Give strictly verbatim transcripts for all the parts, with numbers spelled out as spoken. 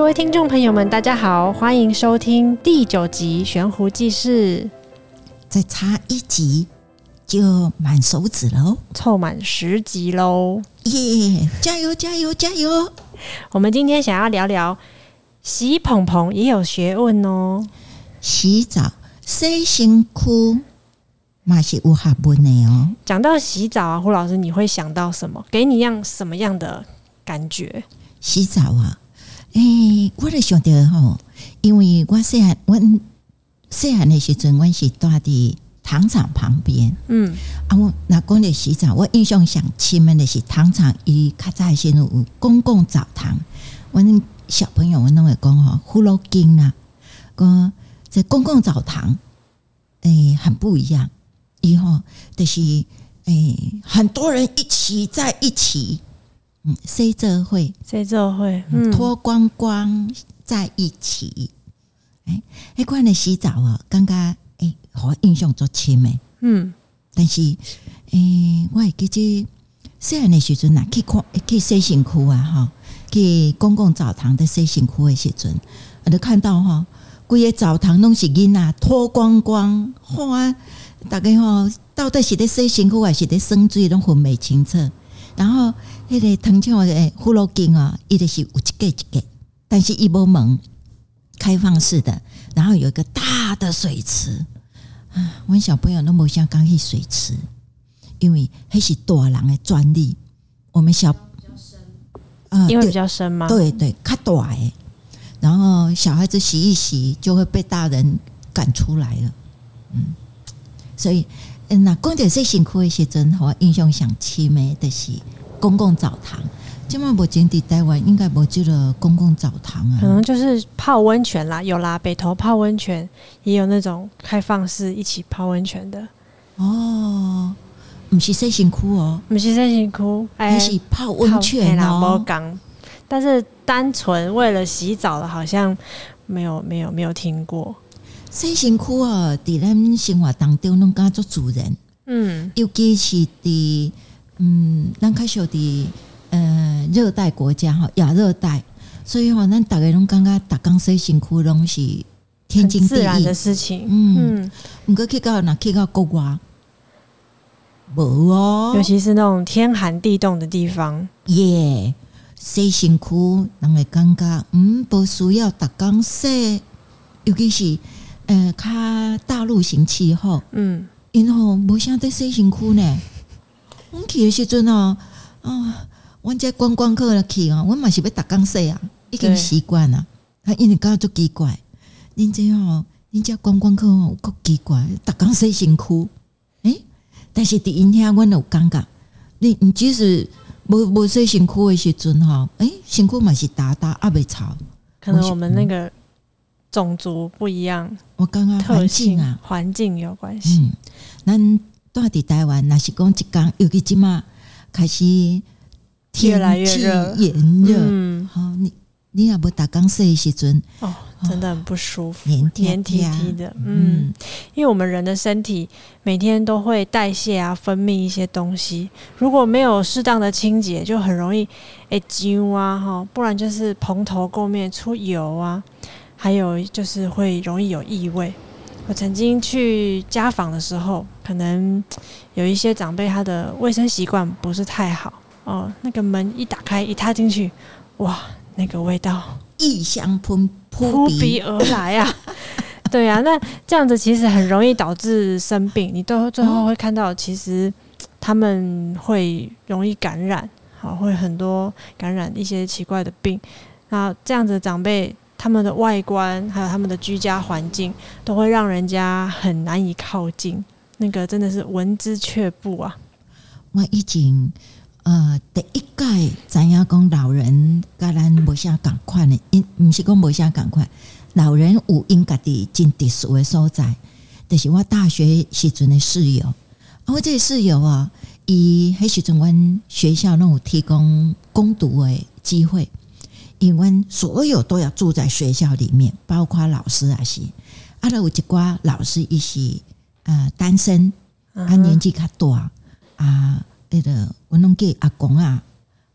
各位听众朋友们大家好，欢迎收听第九集悬壶济世。 再差一集就满手指喽， 凑满十集喽， 耶！加油加油加油！ 我们今天想要聊聊洗蓬蓬也有学问哦。 洗澡洗身躯嘛是有学问的哦。 讲到洗澡啊，胡老师你会想到什么？给你样什么样的感觉？ 洗澡啊，诶、欸，我就想到吼，因为我细汉，我细汉的时阵，我是住伫糖厂旁边。嗯，啊，我那讲到洗澡，我印象上深的是糖厂伊较早时有公共澡堂。我小朋友我拢会讲吼，呼噜经啦，讲在公共澡堂，诶、欸，很不一样。以后就是诶、欸，很多人一起在一起。嗯，洗这会， 洗这会， 嗯，脱光光在一起。哎、欸，迄款的洗澡啊，感觉诶，我印象足深的。嗯，但是诶、欸，我会记得细汉的时阵啊，去看去洗身躯啊，哈，去公共澡堂的洗身躯的时阵，我就看到哈，规个澡堂拢是囡仔脱光光，哇！大家吼到底是咧洗身躯还是咧耍水，拢分袂清楚。然后，迄个藤厂的呼噜经啊，伊就是有一个一个，但是伊无门，开放式的，然后有一个大的水池。啊，阮小朋友都无想讲去水池，因为迄是大人的专利。我们小， 呃，因为比较深吗？ 对对，较大诶。然后小孩子洗一洗，就会被大人赶出来了。嗯，所以。那讲到洗身躯的时阵，我印象上深的就是公共澡堂。现在目前在台湾应该没这个公共澡堂啊， 可能就是泡温泉啦，有啦，北投泡温泉也有那种开放式一起泡温泉的。 哦，不是洗身躯哦， 不是洗身躯， 哎，是泡温泉哦。 但是单纯为了洗澡的，好像没有没有没有听过。 洗身躯哦，在咱生活当中拢感觉自然，嗯，尤其是伫嗯，咱较少伫呃热带国家哈，亚热带，所以吼，咱大家拢感觉逐工洗身躯拢是天经地义自然的事情， 嗯，毋过去到哪去到国外，无哦， 尤其是那种天寒地冻的地方， 耶，洗身躯人会感觉嗯，无需要逐工洗，尤其是。呃，较大陆型气候，嗯，然后无啥在洗身躯呢。阮去的时阵哦，啊，阮这观光客去哦，阮嘛是要逐工洗啊，已经习惯了。他因为感觉足奇怪，恁这哦，恁这观光客哦，有够奇怪，逐工洗身躯。诶、欸，但是伫因遐，阮有感觉，你你即使无无洗身躯的时阵吼，诶、欸，身躯嘛是大大阿袂潮。 可能我们那个。种族不一样， 我刚刚环境啊， 环境有关系。 嗯，咱住伫台湾，若是讲一天，尤其即马开始越来越热、 炎热，嗯，好、哦，你你若无逐工洗的时阵， 哦，真的很不舒服， 黏黏贴贴的，嗯，因为我们人的身体每天都会代谢啊，分泌一些东西，如果没有适当的清洁，就很容易会痒啊，哈，不然就是蓬头垢面、出油啊。还有就是会容易有异味。我曾经去家访的时候，可能有一些长辈他的卫生习惯不是太好哦，那个门一打开一踏进去，哇，那个味道异香扑扑鼻而来啊！对啊，那这样子其实很容易导致生病。你都最后会看到，其实他们会容易感染，好，会很多感染一些奇怪的病。那这样子的长辈。他们的外观还有他们的居家环境都会让人家很难以靠近，那个真的是闻之却步啊。 我以前呃第一届知影讲老人甲咱无啥共款的，因毋是讲无啥共款，老人有因家己真特殊的所在，就是我大学时阵的室友，啊，我这个室友啊，伊迄时阵阮学校拢有提供工读的机会。因为所有都要住在学校里面，包括老师也是。啊，有一寡老师伊是呃单身，啊年纪较大啊，迄个我拢叫阿公啊，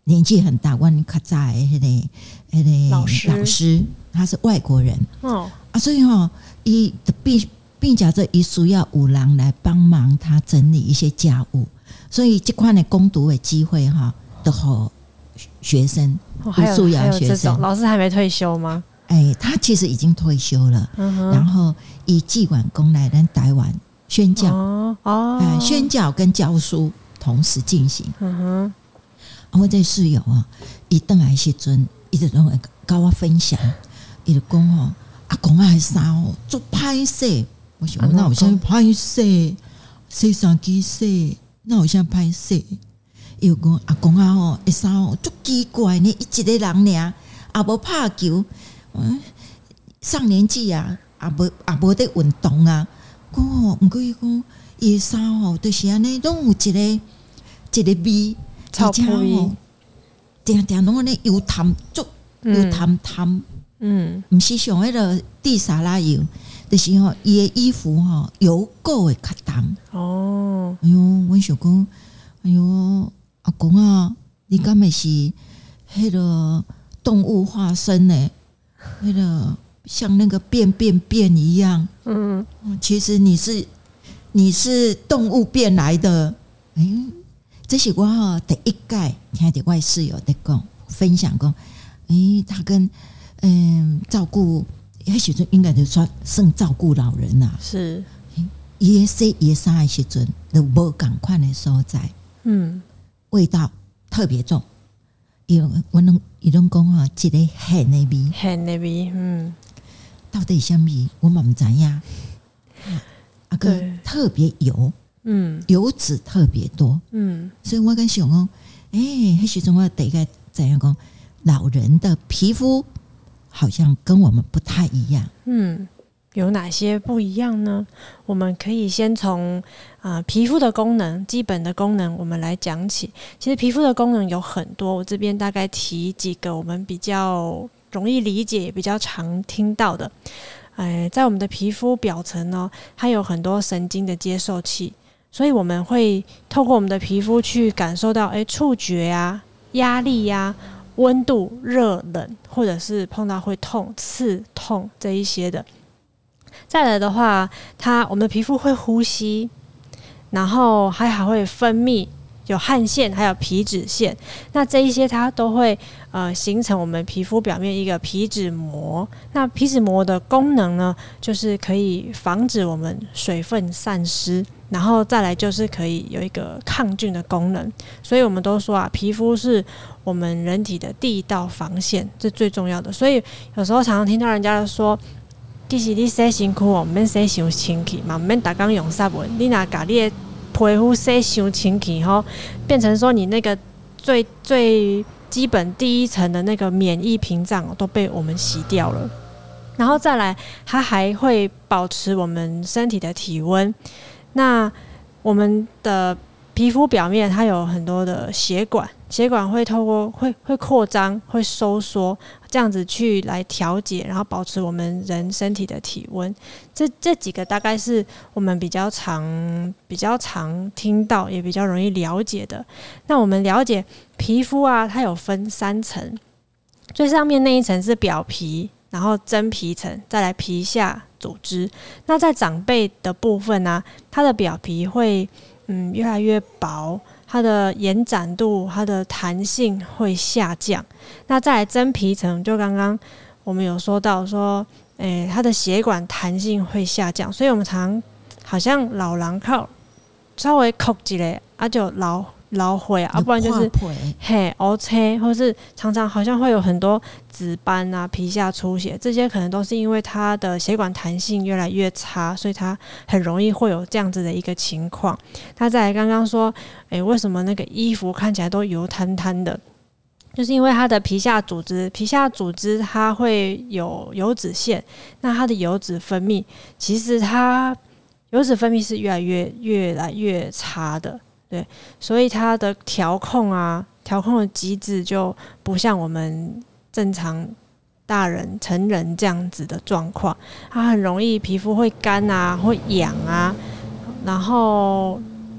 年纪很大，我较早的迄个迄个老师老师，他是外国人哦啊，所以吼，伊并并且这伊需要有人来帮忙他整理一些家务，所以这款的攻读的机会哈，都好学生， 哦，还有素养还有这学生种，老师还没退休吗？ 哎，他其实已经退休了， 嗯然后以技管工来咱台湾宣教， 哦哦， 哎，宣教跟教书同时进行。 嗯哼， 啊，我这室友啊，伊倒来时阵，伊就拢会跟我分享，伊就讲吼，阿公啊的衫哦，做歹势。我想那有啥歹势？洗衫机洗，那有啥歹势？伊就讲阿公啊吼，的衫哦，足奇怪呢，伊一个人尔，也无拍球，嗯，上年纪啊，也无也无在运动啊。讲吼，毋过伊讲伊的衫吼，就是安尼，拢有一个一个味。 臭扑味， 定定拢咧油淡足，油淡淡， 嗯， 毋是像迄个地沙拉油，就是吼伊诶衣服吼油垢会较淡。 哦， 哎哟，阮想讲，哎哟，阿公啊，你敢会是迄个动物化身呢？迄个像那个便便便一样， 嗯， 其实你是你是动物变来的，哎。这是我哈第一届听到我室友在讲分享讲，诶、欸，他跟嗯照顾，迄时阵应该就算算照顾老人啦。 是， 伊洗伊衫的时阵，就无共款的所在， 嗯， 味道特别重。伊我拢伊拢讲哈，一个咸的味， 咸的味，嗯， 到底是啥味，我嘛唔知影。啊个特别油。嗯，油脂特别多，嗯，所以我跟想讲，哎、欸，迄时阵我第一个知影讲，老人的皮肤好像跟我们不太一样， 嗯，有哪些不一样呢？我们可以先从啊、呃、皮肤的功能，基本的功能，我们来讲起。其实皮肤的功能有很多，我这边大概提几个我们比较容易理解、也比较常听到的。哎，在我们的皮肤表层呢，它有很多神经的接受器。所以我们会透过我们的皮肤去感受到，哎，触觉啊、压力呀、啊、温度、热冷，或者是碰到会痛、刺痛这一些的。再来的话，它我们的皮肤会呼吸，然后还还会分泌有汗腺，还有皮脂腺。那这一些它都会呃形成我们皮肤表面一个皮脂膜。那皮脂膜的功能呢，就是可以防止我们水分散失。然后再来就是可以有一个抗菌的功能，所以我们都说啊，皮肤是我们人体的第一道防线，这最重要的。所以有时候常常听到人家说，其实你洗身躯哦，唔免洗伤清气嘛，唔免逐工用纱文，你若把你的皮肤洗伤清气吼，变成说你那个最最基本第一层的那个免疫屏障都被我们洗掉了。然后再来，它还会保持我们身体的体温。那我们的皮肤表面它有很多的血管，血管会透过会会扩张、会收缩，这样子去来调节，然后保持我们人身体的体温。这这几个大概是我们比较常比较常听到，也比较容易了解的。那我们了解皮肤啊，它有分三层，最上面那一层是表皮，然后真皮层，再来皮下组织。那在长辈的部分呢、啊，它的表皮会嗯越来越薄，它的延展度、它的弹性会下降。那再来真皮层，就刚刚我们有说到说，诶，它的血管弹性会下降，所以我们常好像老人靠稍微哭一下啊就老。老灰啊，不然就是嘿黑青，或是常常好像会有很多紫斑啊、皮下出血，这些可能都是因为它的血管弹性越来越差，所以它很容易会有这样子的一个情况。那再来刚刚说，诶，为什么那个衣服看起来都油滩滩的？就是因为它的皮下组织，皮下组织它会有油脂腺，那它的油脂分泌，其实它油脂分泌是越来越越来越差的。对，所以它的调控啊，调控的机制就不像我们正常大人、成人这样子的状况，它很容易皮肤会干啊，会痒啊，然后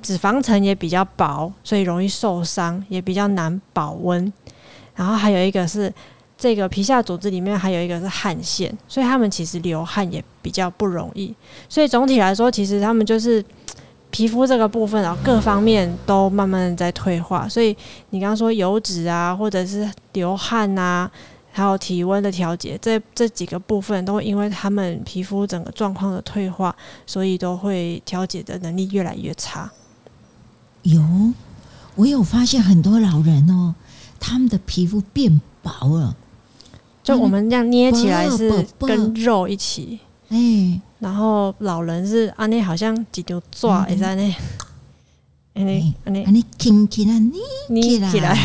脂肪层也比较薄，所以容易受伤，也比较难保温。然后还有一个是这个皮下组织里面还有一个是汗腺，所以他们其实流汗也比较不容易。所以总体来说，其实他们就是皮肤这个部分啊，各方面都慢慢的在退化。所以你刚刚说油脂啊，或者是流汗啊，还有体温的调节，这这几个部分都会因为他们皮肤整个状况的退化，所以都会调节的能力越来越差。 有，我有发现很多老人哦，他们的皮肤变薄了， 就我们这样捏起来是跟肉一起，哎、欸，然后老人是安尼，好像一条抓会在那，安尼安尼安尼轻轻啊捏起来，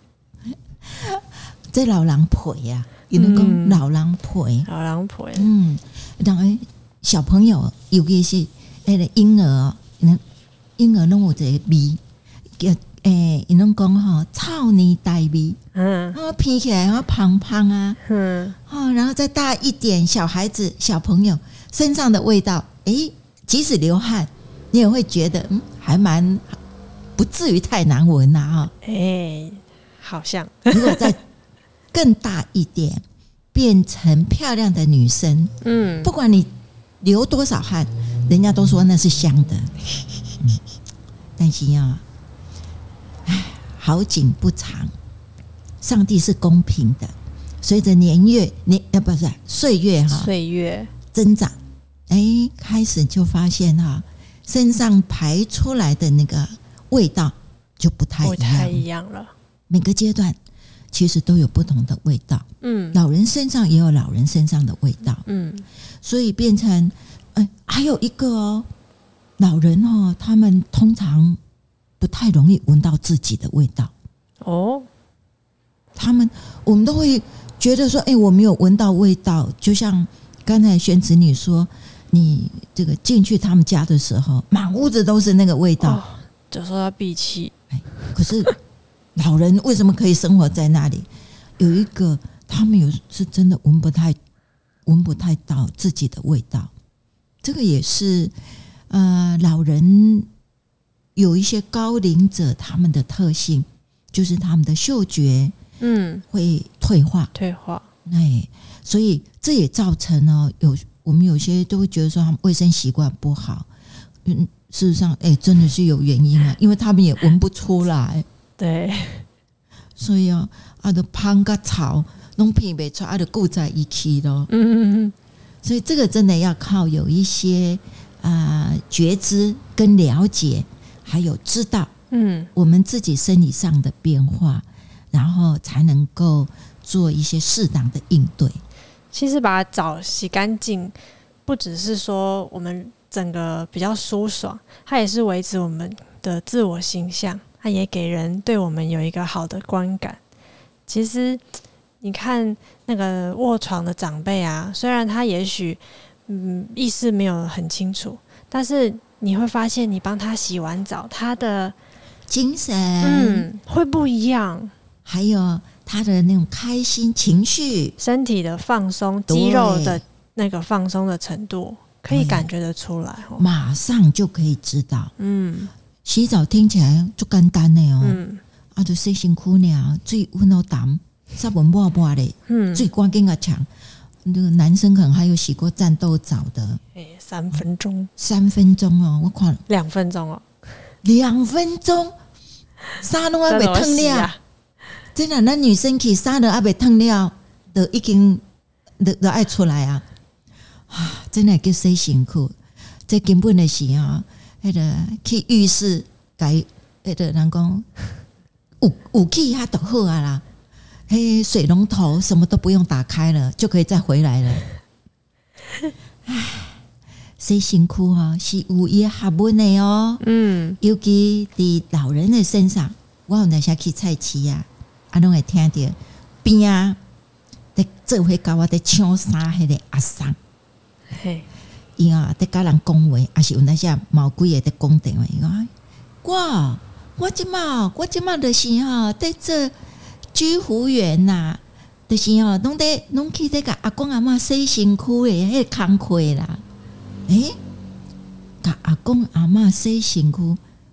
这老人皮呀，有人讲老人皮， 老人皮， 嗯，当然小朋友，尤其是那个婴儿，婴儿拢有这个味，叫诶，伊拢讲吼，草泥带味，嗯，啊，皮起来啊胖胖啊，嗯，哦，然后再大一点，小孩子、小朋友身上的味道，诶，即使流汗，你也会觉得，嗯，还蛮不至于太难闻呐，哈， 诶，好像， 如果再更大一点，变成漂亮的女生，嗯，不管你流多少汗，人家都说那是香的。嗯，但是啊，唉，好景不长，上帝是公平的，随着年月年呃不是岁月哈， 岁月增长，哎，开始就发现哈，身上排出来的那个味道就不太一样，不太一样了。 每个阶段其实都有不同的味道，嗯，老人身上也有老人身上的味道，嗯，所以变成，哎，还有一个哦。老人哦，他们通常不太容易闻到自己的味道哦。他们我们都会觉得说，哎、欸，我没有闻到味道。就像刚才玄子女说，你这个进去他们家的时候，满屋子都是那个味道，哦、 就说要闭气。 哎，可是老人为什么可以生活在那里？有一个，他们有是真的闻不太闻不太到自己的味道，这个也是。呃，老人有一些高龄者，他们的特性就是他们的嗅觉，嗯，会退化， 退化， 哎，所以这也造成了有我们有些都会觉得说他们卫生习惯不好，嗯，事实上，哎，真的是有原因啊，因为他们也闻不出来， 对， 所以啊，啊的芳跟草拢品不出，啊的固在一起咯，嗯嗯嗯，所以这个真的要靠有一些。啊、呃，觉知跟了解，还有知道，嗯，我们自己生理上的变化，然后才能够做一些适当的应对。 其实把澡洗干净，不只是说我们整个比较舒爽，它也是维持我们的自我形象，它也给人对我们有一个好的观感。其实你看那个卧床的长辈啊，虽然他也许。嗯，意识没有很清楚，但是你会发现，你帮他洗完澡，他的精神嗯会不一样， 还有他的那种开心情绪、 身体的放松、肌肉的那个放松的程度，可以感觉得出来、哦， 马上就可以知道。嗯，洗澡听起来就简单的哦，嗯，啊，就洗身躯呢，水温都淡，湿温抹抹的，嗯，最关键的强。那个男生可能还有洗过战斗澡的， 哎、欸，三分钟， 三分钟哦，我看两分钟哦， 两分钟，衫拢还没烫了，真的，那女生去衫都还没烫了，都已经都都爱出来啊！啊，真的叫洗身躯，这根本的是啊，那个去浴室改，那个人讲有有气还就好啊啦。嘿，水龙头什么都不用打开了，就可以再回来了。唉，洗身躯哈是有伊学问的哦。嗯，尤其伫老人的身上，我有那些去菜市啊，啊，拢会听到边啊，在做伙甲我在抢衫迄个阿桑。嘿，伊啊在甲人讲话，还是有那些毛几个在讲电话。伊讲，我我即马我即马就是哈在这。居服员呐、啊，就是哦，拢得拢去这个阿公阿嬷洗身躯的迄个工课啦。诶、欸，甲阿公阿嬷洗身躯，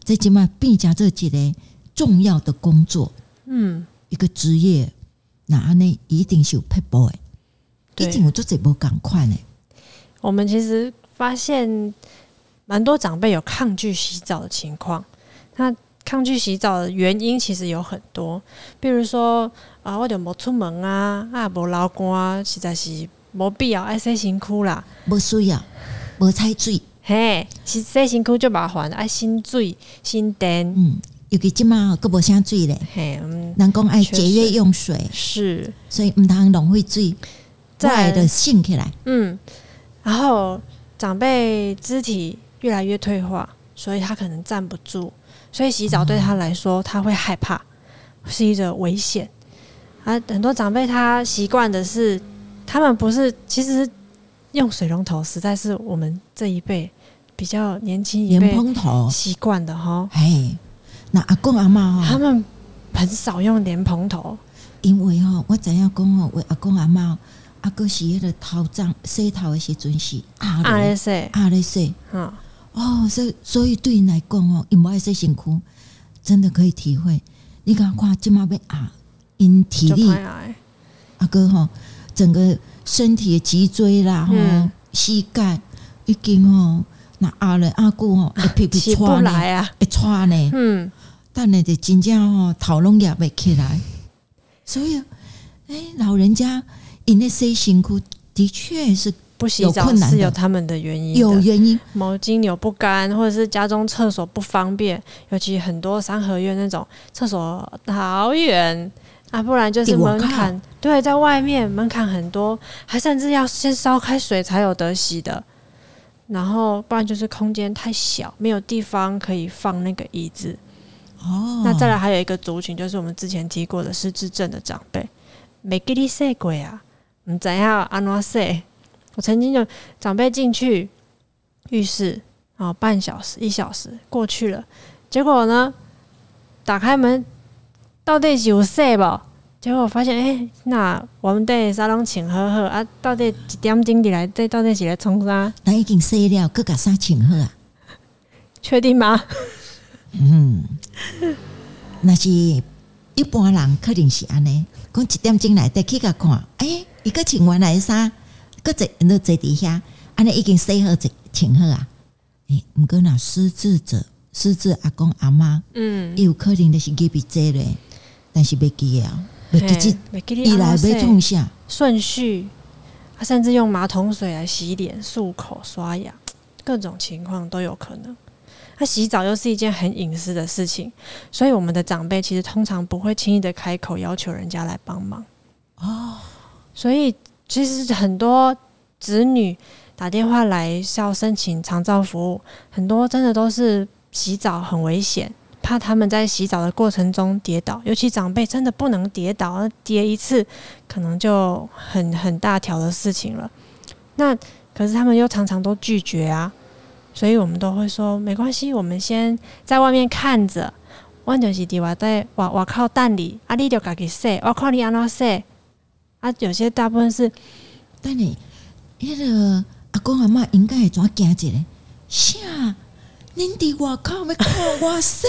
这即马变成这一个重要的工作，嗯，一个职业，那安尼一定是有撇步的，一定有做这无共款的。 我们其实发现蛮多长辈有抗拒洗澡的情况，那抗拒洗澡的原因其实有很多，比如说啊，我就没出门啊，啊，没流汗，实在是没必要爱洗身躯啦， 没需要，没踩水， 嘿，洗洗身躯就麻烦，爱新水、新电， 嗯。尤其即马佫无啥水咧， 嗯、 人讲爱节约用水， 是， 所以毋通浪费水，再的醒起来。嗯， 然后长辈肢体越来越退化，所以他可能站不住，所以洗澡对他来说，他会害怕，是一个危险。啊，很多长辈他习惯的是，他们不是，其实用水龙头实在是我们这一辈比较年轻一辈习惯的哈。 哎。那阿公阿嬷、喔、 他们很少用莲蓬头， 因为吼、喔，我知影讲吼，为阿公阿嬷，阿哥是迄个头脏洗头的时阵是压咧洗，压咧洗，嗯，哦，所以所以对因来讲哦，因无爱洗身躯，真的可以体会。你看看即马要压，因体力，阿哥吼，整个身体的脊椎啦，吼、嗯，膝盖已经吼，那压了压久吼，会皮皮起不来啊， 会喘呢，嗯。但你的真正吼头拢也袂起来，所以，哎、欸，老人家因咧洗身躯的确是不洗澡是有他们的原因的， 有原因， 毛巾扭不干，或者是家中厕所不方便，尤其很多三合院那种厕所好远啊，不然就是门槛，对，在外面门槛很多，还甚至要先烧开水才有得洗的，然后不然就是空间太小，没有地方可以放那个椅子。哦，那再来还有一个族群，就是我们之前提过的失智症的长辈，没给你洗过啊，唔知影安怎洗。我曾经就长辈进去浴室，然后半小时、一小时过去了，结果呢，打开门，到底是有洗不？结果我发现，哎、欸，那我们的沙龙请好好啊，到底一点钟进来，这到底是来冲啥？ 那已经洗了，佮甲衫请好啊？ 确定吗？ 嗯，那是一般人可能是安尼，讲一点钟来得去甲看，哎、欸，伊个穿原来的衫，个坐都坐底下，安尼已经洗好穿好啊。诶、欸，毋过若失智者、失智阿公阿嬷，嗯，有可能就是记笔这咧，但是袂记啊，袂记记，伊来要创啥顺序，他甚至用马桶水来洗脸、漱口、刷牙，各种情况都有可能。他洗澡又是一件很隐私的事情，所以我们的长辈其实通常不会轻易的开口要求人家来帮忙。哦，所以其实很多子女打电话来是要申请长照服务，很多真的都是洗澡很危险，怕他们在洗澡的过程中跌倒，尤其长辈真的不能跌倒，跌一次可能就很很大条的事情了。那可是他们又常常都拒绝啊。所以我们都会说没关系，我们先在外面看着，我就是伫外在外外口等你，啊，你就自己洗，我看你安怎洗。啊，有些大部分是， 等你，迄个阿公阿嬷应该会怎惊一个？啥？恁伫外口要看我洗？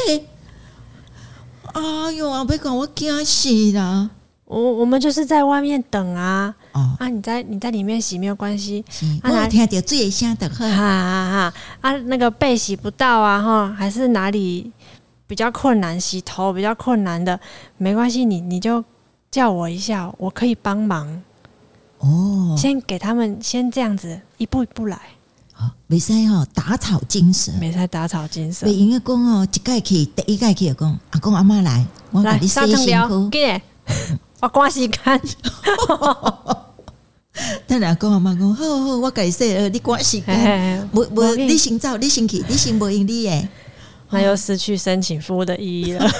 哎呦，要讲我惊死啦！ 我我们就是在外面等啊，哦、啊，你在你在里面洗没有关系， 啊，我听到水的声就好，哈哈哈，啊，那个背洗不到啊，哈，还是哪里比较困难，洗头比较困难的，没关系，你你就叫我一下，我可以帮忙。哦，先给他们先这样子一步一步来。 袂使吼打草惊蛇， 袂使打草惊蛇。 袂用个讲哦，一届去第一届去就讲，阿公阿嬷来，我给你洗辛苦， 紧我赶时间。 等下讲阿嬷讲，好好，我给你洗了，你赶时间，无无你先走，你先去，你先无用你诶， 那又失去申请服务的意义了。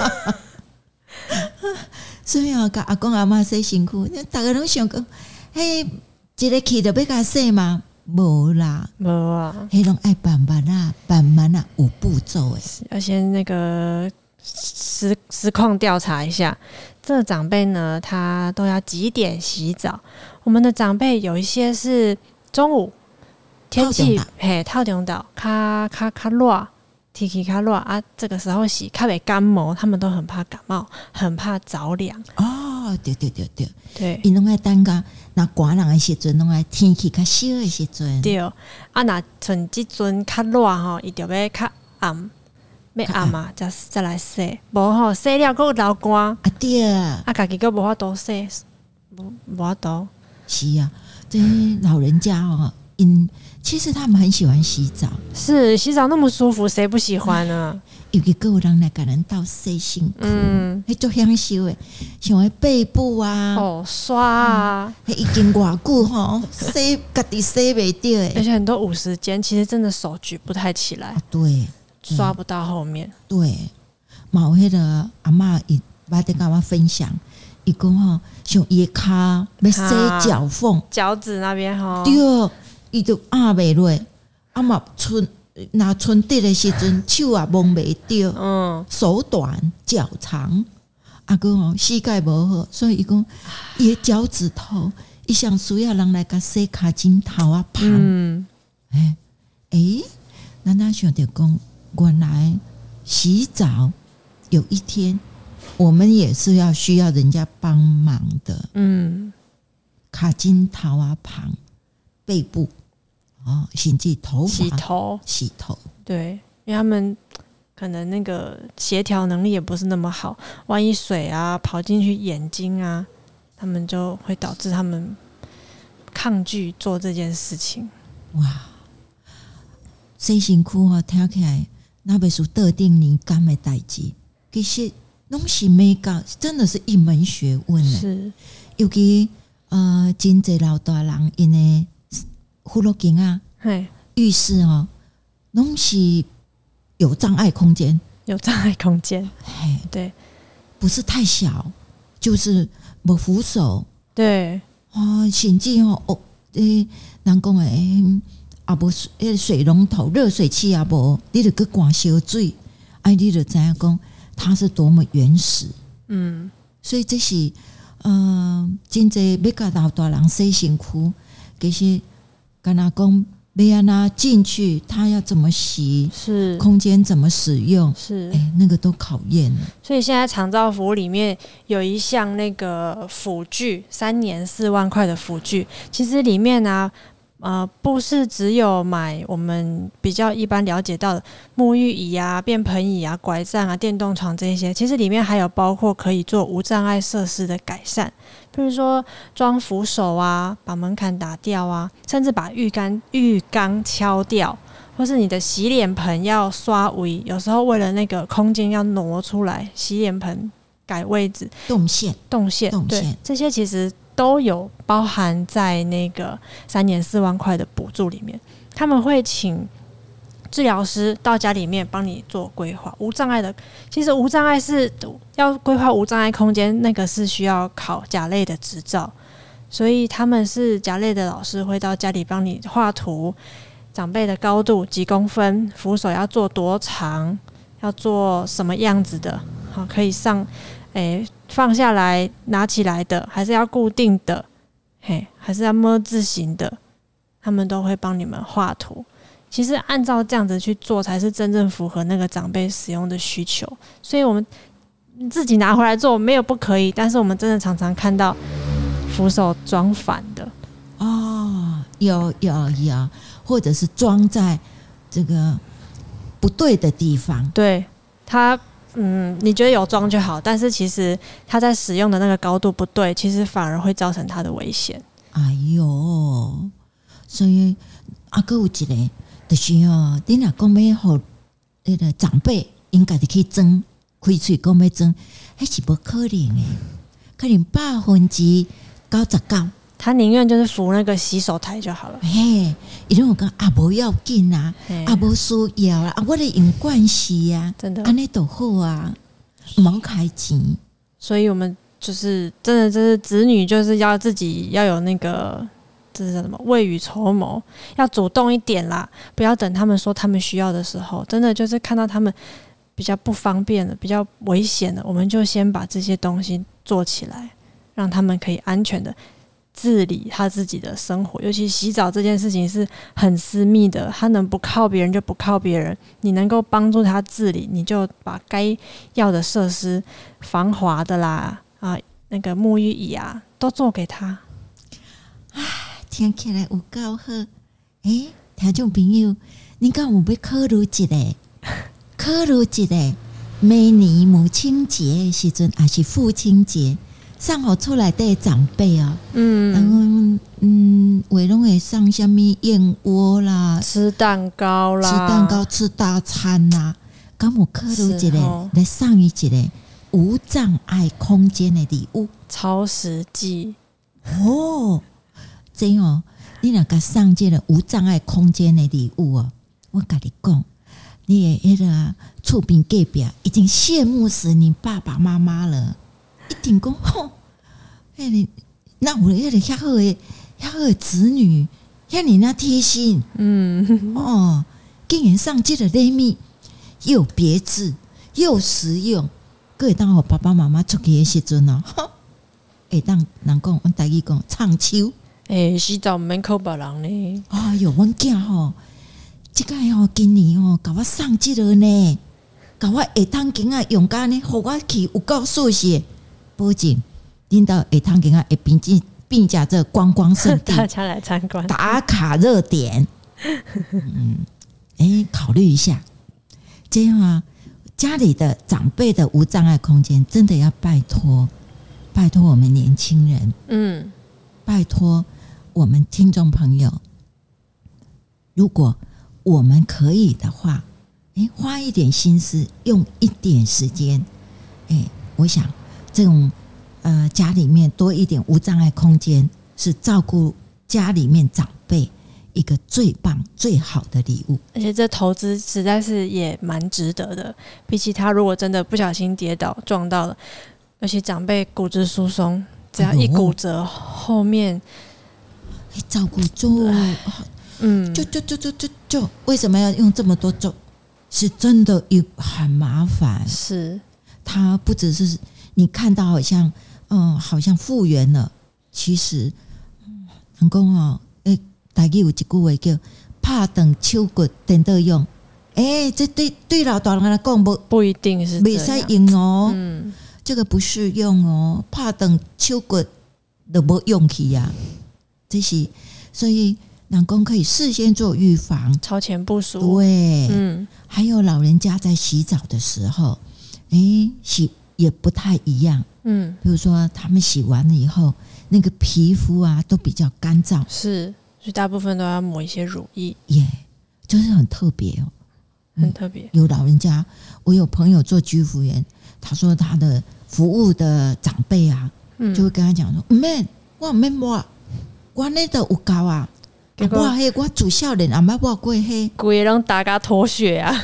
所以哦，甲阿公阿嬷洗辛苦，大家拢想讲，嘿，一个去就要甲洗嘛。无啦， 无啊， 迄种爱慢慢啊，慢慢啊，有步骤诶， 要先那个实实况调查一下，这个长辈呢，他都要几点洗澡？我们的长辈有一些是中午天气嘿，透中岛，较较较热， 天气较热啊，这个时候洗较袂感冒，他们都很怕感冒，很怕着凉。 哦，对对对对， 对， 因拢爱等甲那寒人的时阵，拢爱天气较烧的时阵。 对，啊，那像即阵较热吼，伊就要较暗，要暗嘛，再再来洗，无吼洗了佫有流汗。 啊对， 啊，家己佫无法度洗，无无法度。 是啊，这老人家哦，因其实他们很喜欢洗澡， 是洗澡那么舒服，谁不喜欢呢？ 尤其还有人来给人倒洗身躯，嗯，迄足享受的，像迄背部啊， 哦，刷啊， 迄、嗯、已经偌久吼，洗家己洗袂掉的， 而且很多五十肩，其实真的手举不太起来， 啊、对， 刷不到后面。 对，嘛有迄个阿嬷伊捌在跟我分享，伊讲吼，像伊的骹要洗脚缝， 脚趾那边吼， 对，伊就压袂落，啊嘛春。那春滴的时阵，手也摸袂着，嗯，手短脚长，啊个哦膝盖无好，所以伊讲伊的脚趾头，伊上需要人来甲洗骹趾头啊旁，嗯，哎、欸、哎，咱哪想着讲，原来洗澡有一天我们也是要需要人家帮忙的，嗯，骹趾头啊旁，背部。哦，甚至头发洗头， 洗头， 对，因为他们可能那个协调能力也不是那么好，万一水啊跑进去眼睛啊，他们就会导致他们抗拒做这件事情。 哇，洗身躯哦，听起来那袂是特定年干的代志，其实拢是美感，真的是一门学问呢。 是， 尤其呃，真侪老大人因为呼噜间啊，浴室哦，拢是有障碍空间， 有障碍空间，对， 不是太小，就是无扶手， 对， 哦，甚至哦，哦，诶，人讲诶，啊无诶水龙头、热水器啊无，你就去灌烧水，哎，你就知影讲它是多么原始，嗯，所以这是呃，真侪要甲老大人洗身躯，其实。跟他讲，要安那进去，他要怎么洗？ 是空间怎么使用？ 是， 哎、欸，那个都考验了。 所以现在长照服务里面有一项那个辅具，三年四万块的辅具，其实里面呢、啊，呃，不是只有买我们比较一般了解到的沐浴椅啊、便盆椅啊、拐杖啊、电动床这些，其实里面还有包括可以做无障碍设施的改善。比如说装扶手啊，把门槛打掉啊，甚至把浴缸浴缸敲掉，或是你的洗脸盆要刷位，有时候为了那个空间要挪出来，洗脸盆改位置， 动线、 动线、动线，对，这些其实都有包含在那个三年四万块的补助里面。他们会请治疗师到家里面帮你做规划，无障碍的。其实无障碍是要规划无障碍空间，那个是需要考甲类的执照，所以他们是甲类的老师会到家里帮你画图，长辈的高度几公分，扶手要做多长，要做什么样子的，好可以上，诶、欸、放下来拿起来的，还是要固定的，嘿，还是要么字形的，他们都会帮你们画图。其实按照这样子去做才是真正符合那个长辈使用的需求，所以我们自己拿回来做没有不可以，但是我们真的常常看到扶手装反的哦，有有有，或者是装在这个不对的地方， 对它嗯，你觉得有装就好，但是其实它在使用的那个高度不对，其实反而会造成它的危险。 哎呦，所以啊，还有一个就是哦，你若讲要互那个长辈因家己去装，开喙讲要装，迄是无可能的，可能百分之九十九。 他宁愿就是扶那个洗手台就好了。 嘿，伊拢有讲啊，无要紧啊，啊无需要啊，啊我咧用惯习啊， 真的， 安尼都好啊，冇开钱。 所以我们就是真的，就是子女就是要自己要有那个。这是什么？未雨绸缪，要主动一点啦，不要等他们说他们需要的时候，真的就是看到他们比较不方便的、比较危险的，我们就先把这些东西做起来，让他们可以安全的自理他自己的生活，尤其洗澡这件事情是很私密的，他能不靠别人就不靠别人，你能够帮助他自理，你就把该要的设施，防滑的啦啊，那个沐浴椅啊都做给他。 唉，听起来有够好。诶，听众朋友，你敢有要考虑一下？考虑一下，明年母亲节的时阵，还是父亲节？送互厝内底长辈哦，嗯，然后嗯，话拢会送什么燕窝啦， 吃蛋糕啦， 吃蛋糕吃大餐啦，敢有考虑一个来送伊一个无障碍空间的礼物， 超实际哦。这哦，你若甲送这个无障碍空间的礼物哦，我甲你讲，你的迄个厝边隔壁已经羡慕死你爸爸妈妈了。一定讲吼，迄个那有迄个遐好诶，遐好诶子女，遐尼那贴心，嗯哦，竟然送这个礼物，又别致又实用，各会当互爸爸妈妈出去诶时阵哦，会当人讲，阮台语讲唱秋， 诶、欸，洗澡毋免靠别人呢。 哎哟，阮囝吼，即个吼今年吼，甲我送即个呢，甲我下趟囝仔用甲呢，互我去有够舒适。保证，领导下趟给他会并进并驾这观光胜地， 大家来参观打卡热点。嗯，哎、欸，考虑一下，这样啊，家里的长辈的无障碍空间，真的要拜托，拜托我们年轻人，嗯，拜托我们听众朋友，如果我们可以的话，哎、欸，花一点心思，用一点时间，哎、欸，我想。这种呃家里面多一点无障碍空间，是照顾家里面长辈一个最棒最好的礼物。 而且这投资实在是也蛮值得的，比起他如果真的不小心跌倒撞到了，而且长辈骨质疏松，只要一骨折，后面照顾住，嗯，就就就就就就为什么要用这么多咒？是真的也很麻烦。 是， 它不只是。你看到好像，嗯，好像复原了，其实，人讲哦，诶，台语有一句话叫“拍断手骨等得用”，诶，这对对老大人来讲不不一定是没使用哦，嗯，这个不适用哦，拍断手骨都没用起呀，这是所以人讲可以事先做预防， 超前部署， 对，嗯，还有老人家在洗澡的时候，诶，洗。也不太一样，嗯，比如说他们洗完了以后，那个皮肤啊都比较干燥， 是，所以大部分都要抹一些乳液， 耶、yeah, ，就是很特别哦， 很特别、嗯。 有老人家，我有朋友做居服员，他说他的服务的长辈啊，嗯、就会跟他讲说：“唔免，我唔免抹，我那都有够啊，我迄我主少年阿妈抹过迄， 规个拢大家脱血啊，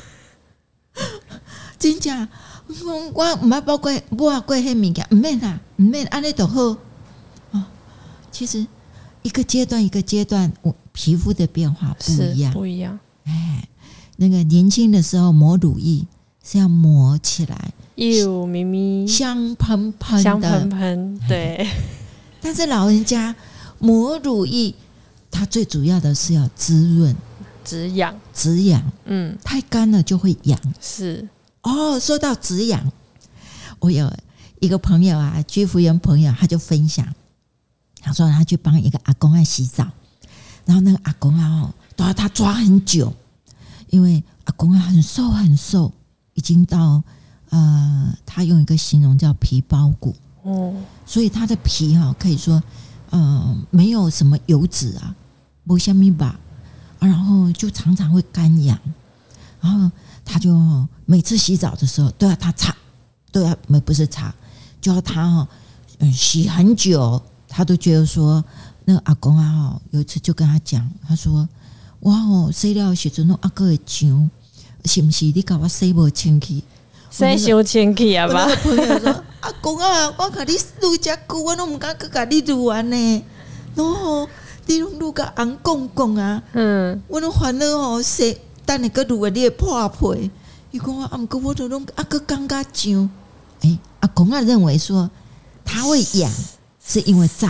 真正。”我唔捌包过抹过迄物件，唔免啦，唔免安尼就好。哦，其实一个阶段一个阶段，我皮肤的变化不一样， 不一样。 哎，那个年轻的时候抹乳液是要抹起来， 又咪咪香喷喷的， 香喷喷，对。 但是老人家抹乳液，它最主要的是要滋润、 止痒、 止痒。嗯，太干了就会痒。 是。 哦，说到止痒，我有一个朋友啊，居服员朋友，他就分享，他说他去帮一个阿公啊洗澡，然后那个阿公啊，哦，都要他抓很久，因为阿公啊很瘦很瘦，已经到呃，他用一个形容叫皮包骨哦，所以他的皮哈、哦、可以说呃没有什么油脂啊，没什么吧，然后就常常会干痒，然后。他就每次洗澡的时候都要他擦，都要不是擦，就要他哈，嗯，洗很久。他都觉得说，那个阿公啊，哈，有一次就跟他讲，他说：“哇哦，洗了时阵弄阿哥的痒，是不是你搞我洗不清气？ 洗修清气啊吧？” 我那个朋友说：“阿公啊，我跟你撸遮久，我都唔敢去跟你撸完呢。然后你拢撸个红公公啊，嗯，我都烦恼哦洗。”但你个如果你会破皮，伊讲啊，毋过我都拢啊个感觉痒。哎，阿公啊认为说他会痒，是因为脏，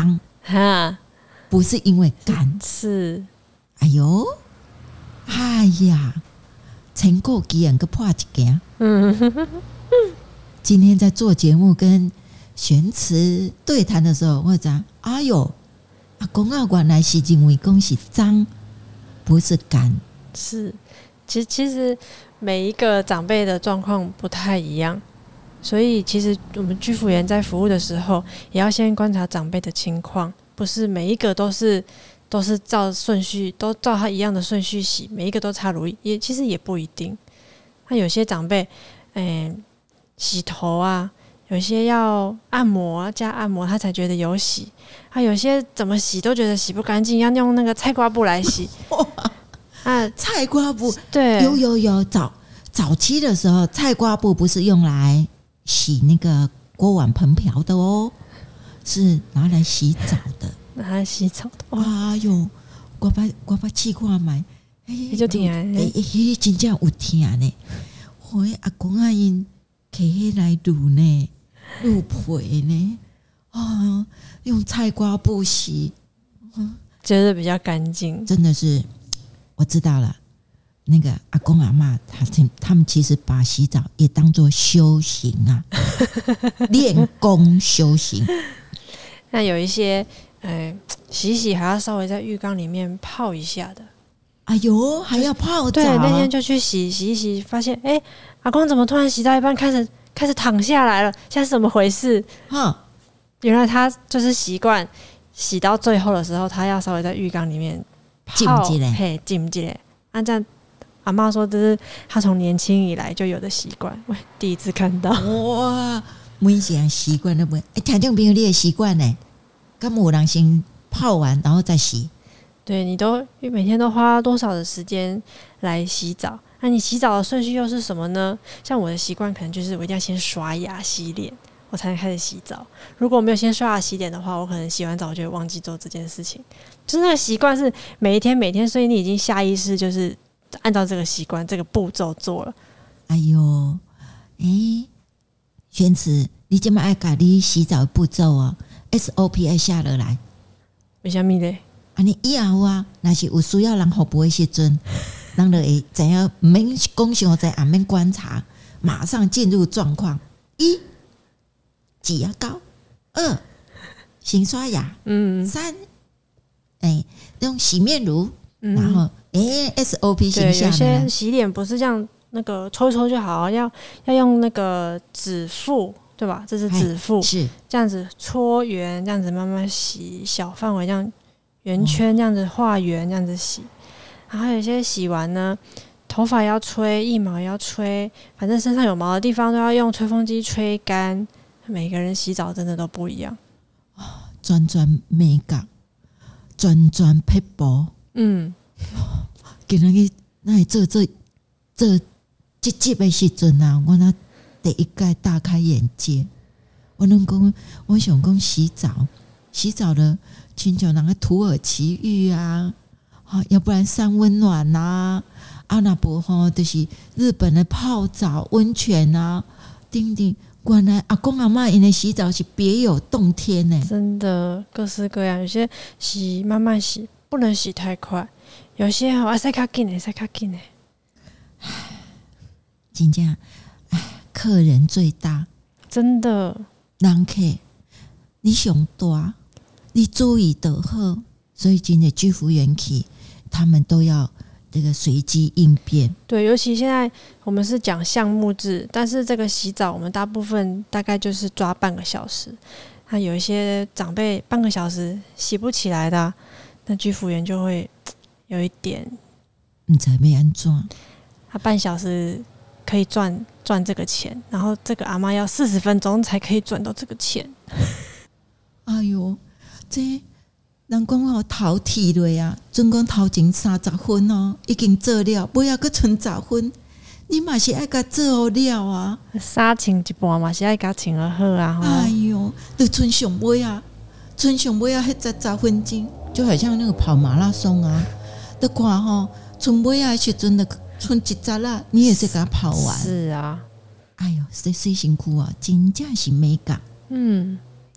哈， 不是因为干。 是， 哎呦，哎呀，成果居然个破一件。嗯，今天在做节目跟玄慈对谈的时候，我讲，哎呦，阿公啊，原来是因为讲是脏，不是干。 是，其实其实每一个长辈的状况不太一样。所以，其实我们居服员在服务的时候，也要先观察长辈的情况，不是每一个都是都是照顺序，都照他一样的顺序洗，每一个都擦乳液，也其实也不一定。那有些长辈，嗯、欸，洗头啊，有些要按摩加按摩，他才觉得有洗；他有些怎么洗都觉得洗不干净，要用那个菜瓜布来洗。啊， 菜瓜布， 对， 有有有，早早期的时候，菜瓜布不是用来洗那个锅碗盆瓢的哦，是拿来洗澡的。 拿来洗澡的。 哎呦，我把我把气看买， 你就听啊， 哎哎，真正有听呢。我阿公阿因摕起来卤呢，卤皮呢，啊，用菜瓜布洗， 觉得比较干净。 真的是，我知道了。那个阿公阿嬷，他他们其实把洗澡也当作修行啊，练功修行。 那有一些，呃，洗洗还要稍微在浴缸里面泡一下的。 哎呦，还要泡澡？ 对，那天就去洗洗一洗，发现，哎、欸，阿公怎么突然洗到一半开始开始躺下来了？现在是怎么回事？哈，原来他就是习惯洗到最后的时候，他要稍微在浴缸里面泡， 浸一下， 嘿，浸一下。啊，这样。阿嬷说这是她从年轻以来就有的习惯，我第一次看到。 哇，每件习惯都不，哎、欸，听众朋友你的习惯呢？干嘛有人先泡完然后再洗？ 对，你都每天都花多少的时间来洗澡？那你洗澡的顺序又是什么呢？像我的习惯可能就是我一定要先刷牙洗脸，我才能开始洗澡。如果我没有先刷牙洗脸的话，我可能洗完澡就会忘记做这件事情。就是那个习惯是每一天每天，所以你已经下意识就是按照这个习惯这个步骤做了。 哎呦，哎，玄慈，你这么爱搞你洗澡的步骤哦 ，S O P 要下落来。 为什么呢？ 啊，你以后啊，若是有需要人服务的时阵，人就会知影，唔免讲伤济，也免观察，马上进入状况。一，挤牙膏；二，先刷牙；嗯，三，哎、欸，用洗面乳，嗯、然后哎、欸、，S O P 形象。 有些洗脸不是这样，那个抽一抽就好，要要用那个指腹，对吧？这是指腹， 是这样子搓圆，这样子慢慢洗，小范围这样。圆圈这样子画圆，这样子洗，然后有些洗完呢，头发要吹，腋毛要吹，反正身上有毛的地方都要用吹风机吹干。每个人洗澡真的都不一样， 专专美感，专专撇步。嗯，今日那做做做这集的时阵啊，我那第一个大开眼界。我能讲，我想讲洗澡，洗澡的。亲像那个土耳其浴啊，啊，要不然三温暖呐、啊，啊那不吼就是日本的泡澡温泉啊，叮叮，原来阿公阿嬷因的洗澡是别有洞天呢， 真的各式各样，有些洗慢慢洗，不能洗太快，有些好啊，塞卡紧的，塞卡紧的， 真正，哎，客人最大， 真的， 人客你上大。你注意得好，所以今天居服员去，他们都要这个随机应变。 对，尤其现在我们是讲项目制，但是这个洗澡我们大部分大概就是抓半个小时。那有一些长辈半个小时洗不起来的、啊，那居服员就会有一点， 你才没安装。 他半小时可以赚赚这个钱，然后这个阿嬷要四十分钟才可以赚到这个钱。 哎呦！这人讲吼头剃落啊，总共头前三十分哦，已经做了，尾仔阁剩十分，你嘛是爱甲做了啊。 衫穿一半嘛是爱甲穿得好啊。 哎呦，就剩上尾啊，剩上尾啊，迄十十分钟，就好像那个跑马拉松啊，你看吼，剩尾啊时阵的剩一截啦，你也是给他跑完。 是啊， 哎呦，这洗身躯啊，真正是美感。 嗯。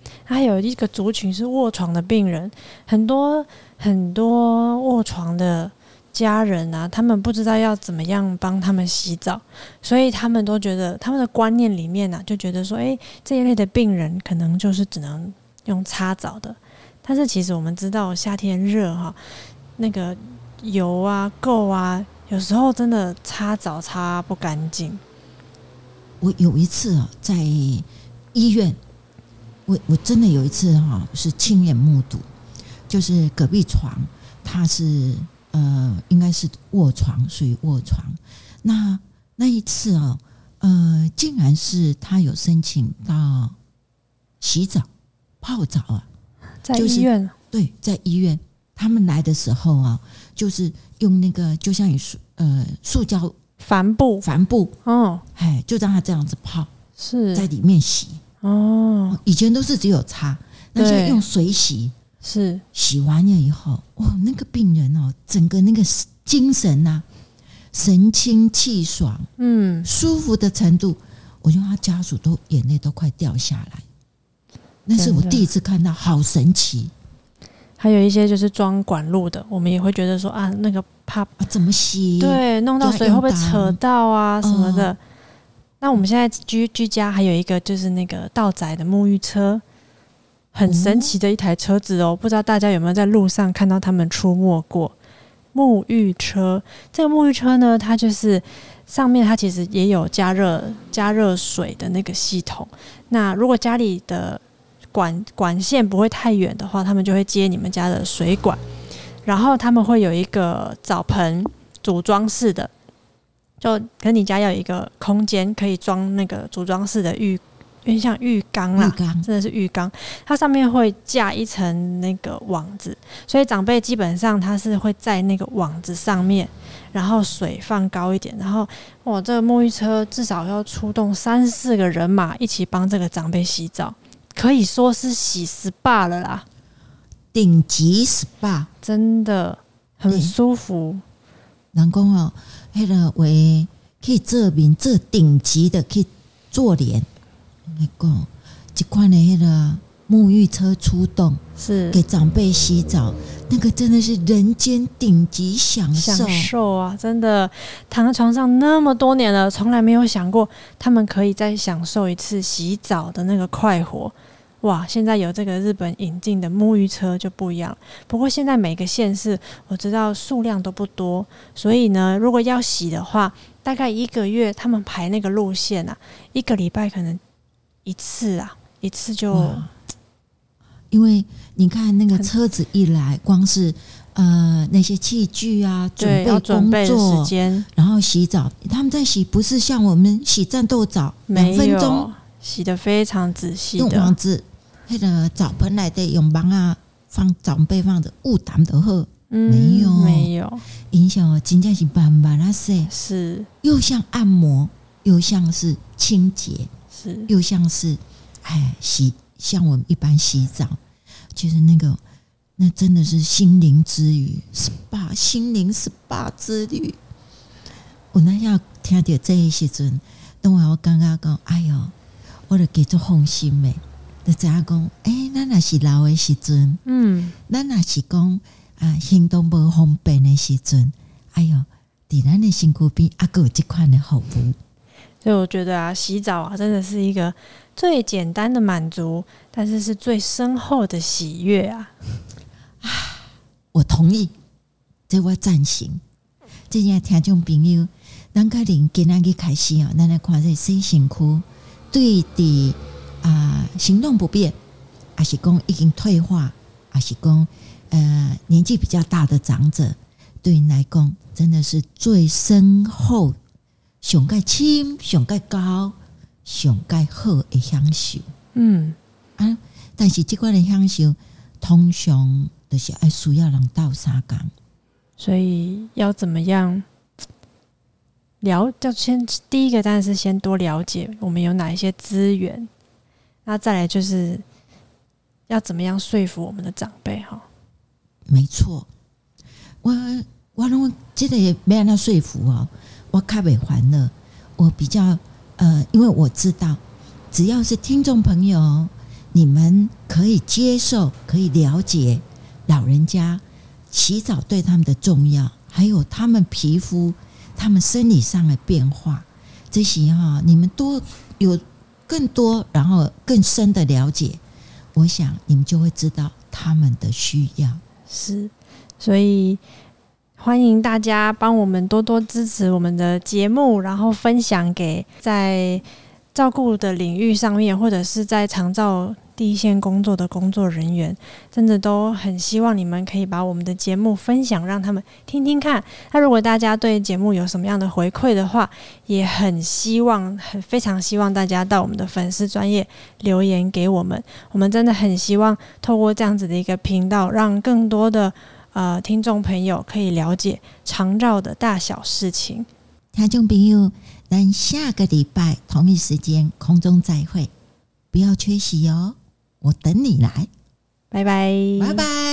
还有一个族群是卧床的病人，很多很多卧床的家人啊，他们不知道要怎么样帮他们洗澡，所以他们都觉得他们的观念里面啊，就觉得说，哎，这一类的病人可能就是只能用擦澡的。但是其实我们知道夏天热哈，那个油啊、垢啊，有时候真的擦澡擦不干净。 我有一次啊，在医院，我我真的有一次哈，是亲眼目睹，就是隔壁床，他是呃，应该是卧床，属于卧床。那那一次啊，呃，竟然是他有申请到洗澡、泡澡啊。 在医院、就是、 对，在医院，他们来的时候啊，就是用那个就像塑呃塑胶帆布， 帆布哦， 哎，就让他这样子泡， 是在里面洗哦。以前都是只有擦，那现在用水洗， 是洗完了以后，哇，那个病人哦，整个那个精神啊，神清气爽，嗯，舒服的程度，我觉得他家属都眼泪都快掉下来。那是我第一次看到，好神奇。 还有一些就是装管路的，我们也会觉得说啊，那个怕、啊、 怎么洗？ 对，弄到水会不会扯到啊什么的。哦、那我们现在居居家还有一个就是那个道载的沐浴车，很神奇的一台车子哦，不知道大家有没有在路上看到他们出没过？沐浴车，这个沐浴车呢，它就是上面它其实也有加热加热水的那个系统。那如果家里的管管线不会太远的话，他们就会接你们家的水管，然后他们会有一个澡盆组装式的，就跟你家要有一个空间可以装那个组装式的浴，有点像浴缸啦，真的是浴缸，它上面会架一层那个网子，所以长辈基本上他是会在那个网子上面，然后水放高一点，然后哇，这个沐浴车至少要出动三四个人马一起帮这个长辈洗澡。可以说是洗 S P A 了啦， 顶级 S P A， 真的很舒服。 人讲哦，那个为可以做面做顶级的，可以做脸。我讲这款的那个沐浴车出动， 是给长辈洗澡，那个真的是人间顶级享受， 享受啊！真的躺在床上那么多年了，从来没有想过他们可以再享受一次洗澡的那个快活。哇！现在有这个日本引进的沐浴车就不一样。不过现在每个县市我知道数量都不多，所以呢，如果要洗的话，大概一个月他们排那个路线啊，一个礼拜可能一次啊，一次就。 因为你看那个车子一来，光是呃那些器具啊，准备工作，准备的时间，然后洗澡，他们在洗不是像我们洗战斗澡，两分钟洗得非常仔细的， 用网子那个澡盆来的用帮啊放长辈放着雾挡的喝，嗯，没有没有影响哦，真正是慢慢啊塞， 是又像按摩，又像是清洁， 是又像是哎洗。像我们一般洗澡，就是那个，那真的是心灵之旅 ，S P A 心灵 S P A 之旅。我那要听到这一时阵，等我我刚刚讲，哎呦，我就给做放心的，就知影讲，哎、欸，咱若是老的时阵，嗯，咱若是讲啊行动不方便的时阵，哎呦，伫咱的身躯边，还佫有这款的服务。 所以我觉得啊，洗澡啊，真的是一个最简单的满足，但是是最深厚的喜悦啊！ 我同意，这我赞成。这些听众朋友，咱可能今仔日开始啊，咱来看这洗身躯对的啊、呃、行动不便，还是讲已经退化，还是讲呃年纪比较大的长者，对你来讲真的是最深厚。上盖深、上盖高、上盖好的享受，嗯啊，但是这款的享受通常都是爱需要人斗相共， 所以要怎么样了？要先第一个当然是先多了解我们有哪一些资源，那再来就是要怎么样说服我们的长辈哈。 没错，我我认为这个也没让他说服哦。我较袂烦了，我比较呃，因为我知道，只要是听众朋友， 你们可以接受，可以了解老人家洗澡对他们的重要，还有他们皮肤、他们生理上的变化，这些哈，你们多有更多，然后更深的了解，我想你们就会知道他们的需要。 是，所以欢迎大家帮我们多多支持我们的节目，然后分享给在照顾的领域上面，或者是在长照第一线工作的工作人员，真的都很希望你们可以把我们的节目分享，让他们听听看。那如果大家对节目有什么样的回馈的话，也很希望很非常希望大家到我们的粉丝专页留言给我们。我们真的很希望透过这样子的一个频道，让更多的呃听众朋友可以了解长照的大小事情。 听众朋友，咱下个礼拜同一时间空中再会，不要缺席哦，我等你来， 拜拜， 拜拜。